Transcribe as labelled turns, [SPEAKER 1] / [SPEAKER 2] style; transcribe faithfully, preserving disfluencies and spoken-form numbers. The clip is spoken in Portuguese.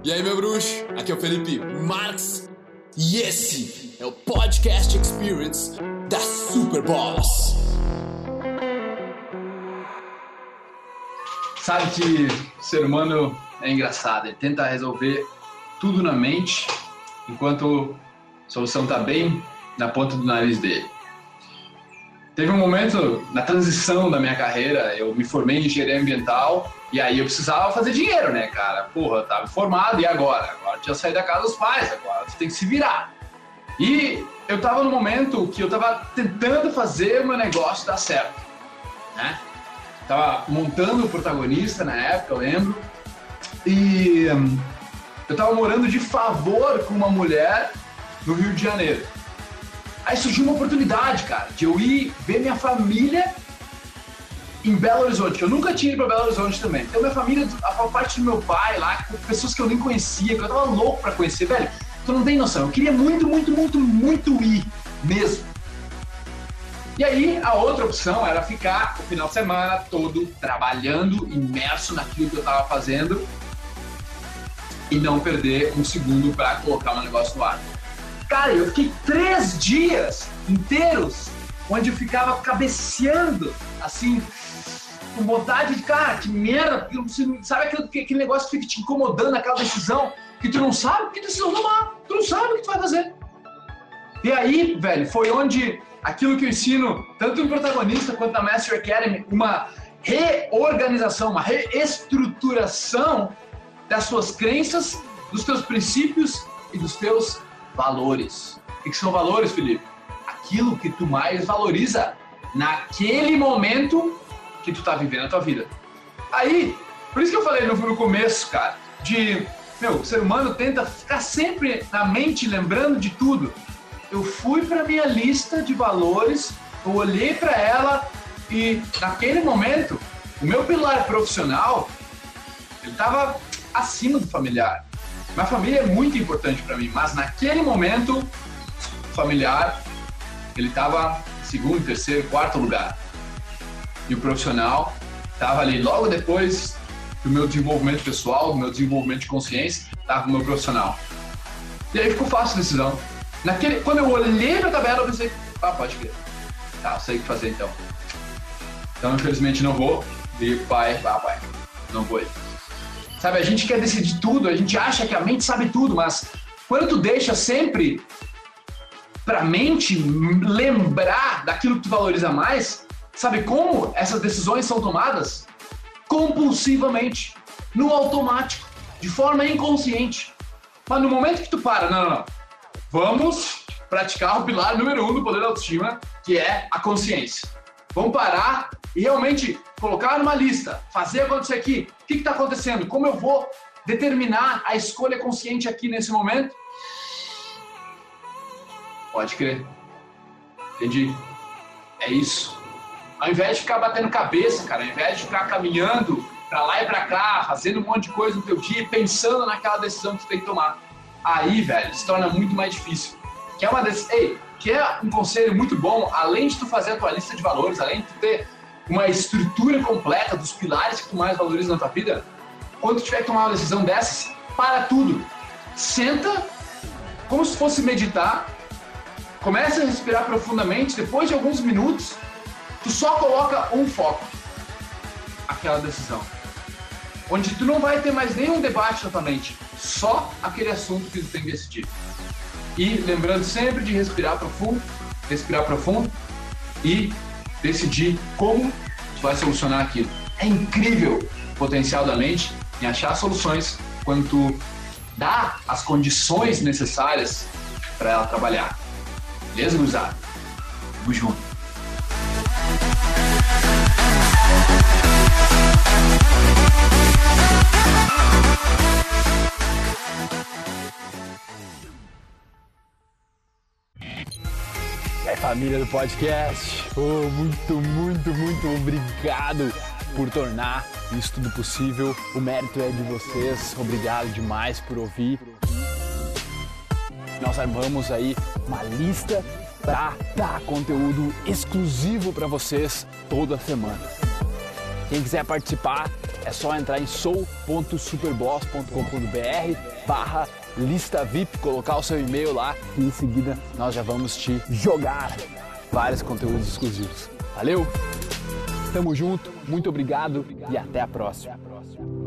[SPEAKER 1] E aí, meu bruxo? Aqui é o Felipe Marques e esse é o Podcast Experience da Superboss.
[SPEAKER 2] Sabe que o ser humano é engraçado, ele tenta resolver tudo na mente, enquanto a solução está bem na ponta do nariz dele. Teve um momento na transição da minha carreira, eu me formei em engenharia ambiental e aí eu precisava fazer dinheiro, né, cara? Porra, eu tava formado e agora? Agora eu tinha saído da casa dos pais, agora você tem que se virar. E eu tava no momento que eu tava tentando fazer o meu negócio dar certo, né? Tava montando o Protagonista na época, eu lembro, e hum, eu tava morando de favor com uma mulher no Rio de Janeiro. Aí surgiu uma oportunidade, cara, de eu ir ver minha família em Belo Horizonte, que eu nunca tinha ido pra Belo Horizonte também. Então minha família, a parte do meu pai lá, com pessoas que eu nem conhecia, que eu tava louco pra conhecer, velho. Tu não tem noção, eu queria muito, muito, muito, muito ir mesmo. E aí a outra opção era ficar o final de semana todo trabalhando, imerso naquilo que eu tava fazendo e não perder um segundo pra colocar meu negócio no ar. Cara, eu fiquei três dias inteiros onde eu ficava cabeceando, assim, com vontade de, cara, que merda, sabe aquele, aquele negócio que fica te incomodando, aquela decisão que tu não sabe que decisão tomar, tu não sabe o que tu vai fazer. E aí, velho, foi onde aquilo que eu ensino, tanto no Protagonista quanto na Master Academy, uma reorganização, uma reestruturação das suas crenças, dos teus princípios e dos teus valores. O que são valores, Felipe? Aquilo que tu mais valoriza naquele momento que tu tá vivendo a tua vida. Aí, por isso que eu falei no, no começo, cara, de, meu, o ser humano tenta ficar sempre na mente lembrando de tudo. Eu fui pra minha lista de valores, eu olhei pra ela e naquele momento, o meu pilar profissional, ele tava acima do familiar. Minha família é muito importante para mim, mas naquele momento, o familiar, ele estava em segundo, terceiro, quarto lugar. E o profissional estava ali logo depois do meu desenvolvimento pessoal, do meu desenvolvimento de consciência, estava o meu profissional. E aí ficou fácil a decisão. Naquele, quando eu olhei para a tabela, eu pensei, ah, pode crer. Tá, eu sei o que fazer então. Então, infelizmente, não vou. Liguei pro pai, ah, pai, não vou ir. Sabe, a gente quer decidir tudo, a gente acha que a mente sabe tudo, mas quando tu deixa sempre pra mente lembrar daquilo que tu valoriza mais, sabe como essas decisões são tomadas? Compulsivamente, no automático, de forma inconsciente. Mas no momento que tu para, não, não, não, vamos praticar o pilar número um do poder da autoestima, que é a consciência. Vamos parar e realmente colocar numa lista, fazer acontecer aqui. O que está acontecendo? Como eu vou determinar a escolha consciente aqui nesse momento? Pode crer. Entendi. É isso. Ao invés de ficar batendo cabeça, cara, ao invés de ficar caminhando pra lá e pra cá, fazendo um monte de coisa no teu dia, pensando naquela decisão que tu tem que tomar. Aí, velho, se torna muito mais difícil. Que é uma decisão... Ei, que é um conselho muito bom, além de tu fazer a tua lista de valores, além de tu ter uma estrutura completa dos pilares que tu mais valoriza na tua vida, quando tu tiver que tomar uma decisão dessas, para tudo. Senta, como se fosse meditar, começa a respirar profundamente, depois de alguns minutos, tu só coloca um foco, aquela decisão. Onde tu não vai ter mais nenhum debate na tua mente, só aquele assunto que tu tem que decidir. E lembrando sempre de respirar profundo, respirar profundo e decidir como tu vai solucionar aquilo. É incrível o potencial da mente em achar soluções quando tu dá as condições necessárias para ela trabalhar. Beleza, gurizada? Tamo junto.
[SPEAKER 3] É família do podcast, oh, muito, muito, muito obrigado por tornar isso tudo possível. O mérito é de vocês, obrigado demais por ouvir. Nós armamos aí uma lista para dar conteúdo exclusivo para vocês toda semana. Quem quiser participar, é só entrar em sou ponto superboss ponto com ponto br barra lista V I P, colocar o seu e-mail lá e em seguida nós já vamos te jogar vários conteúdos exclusivos. Valeu? Tamo junto, muito obrigado e até a próxima.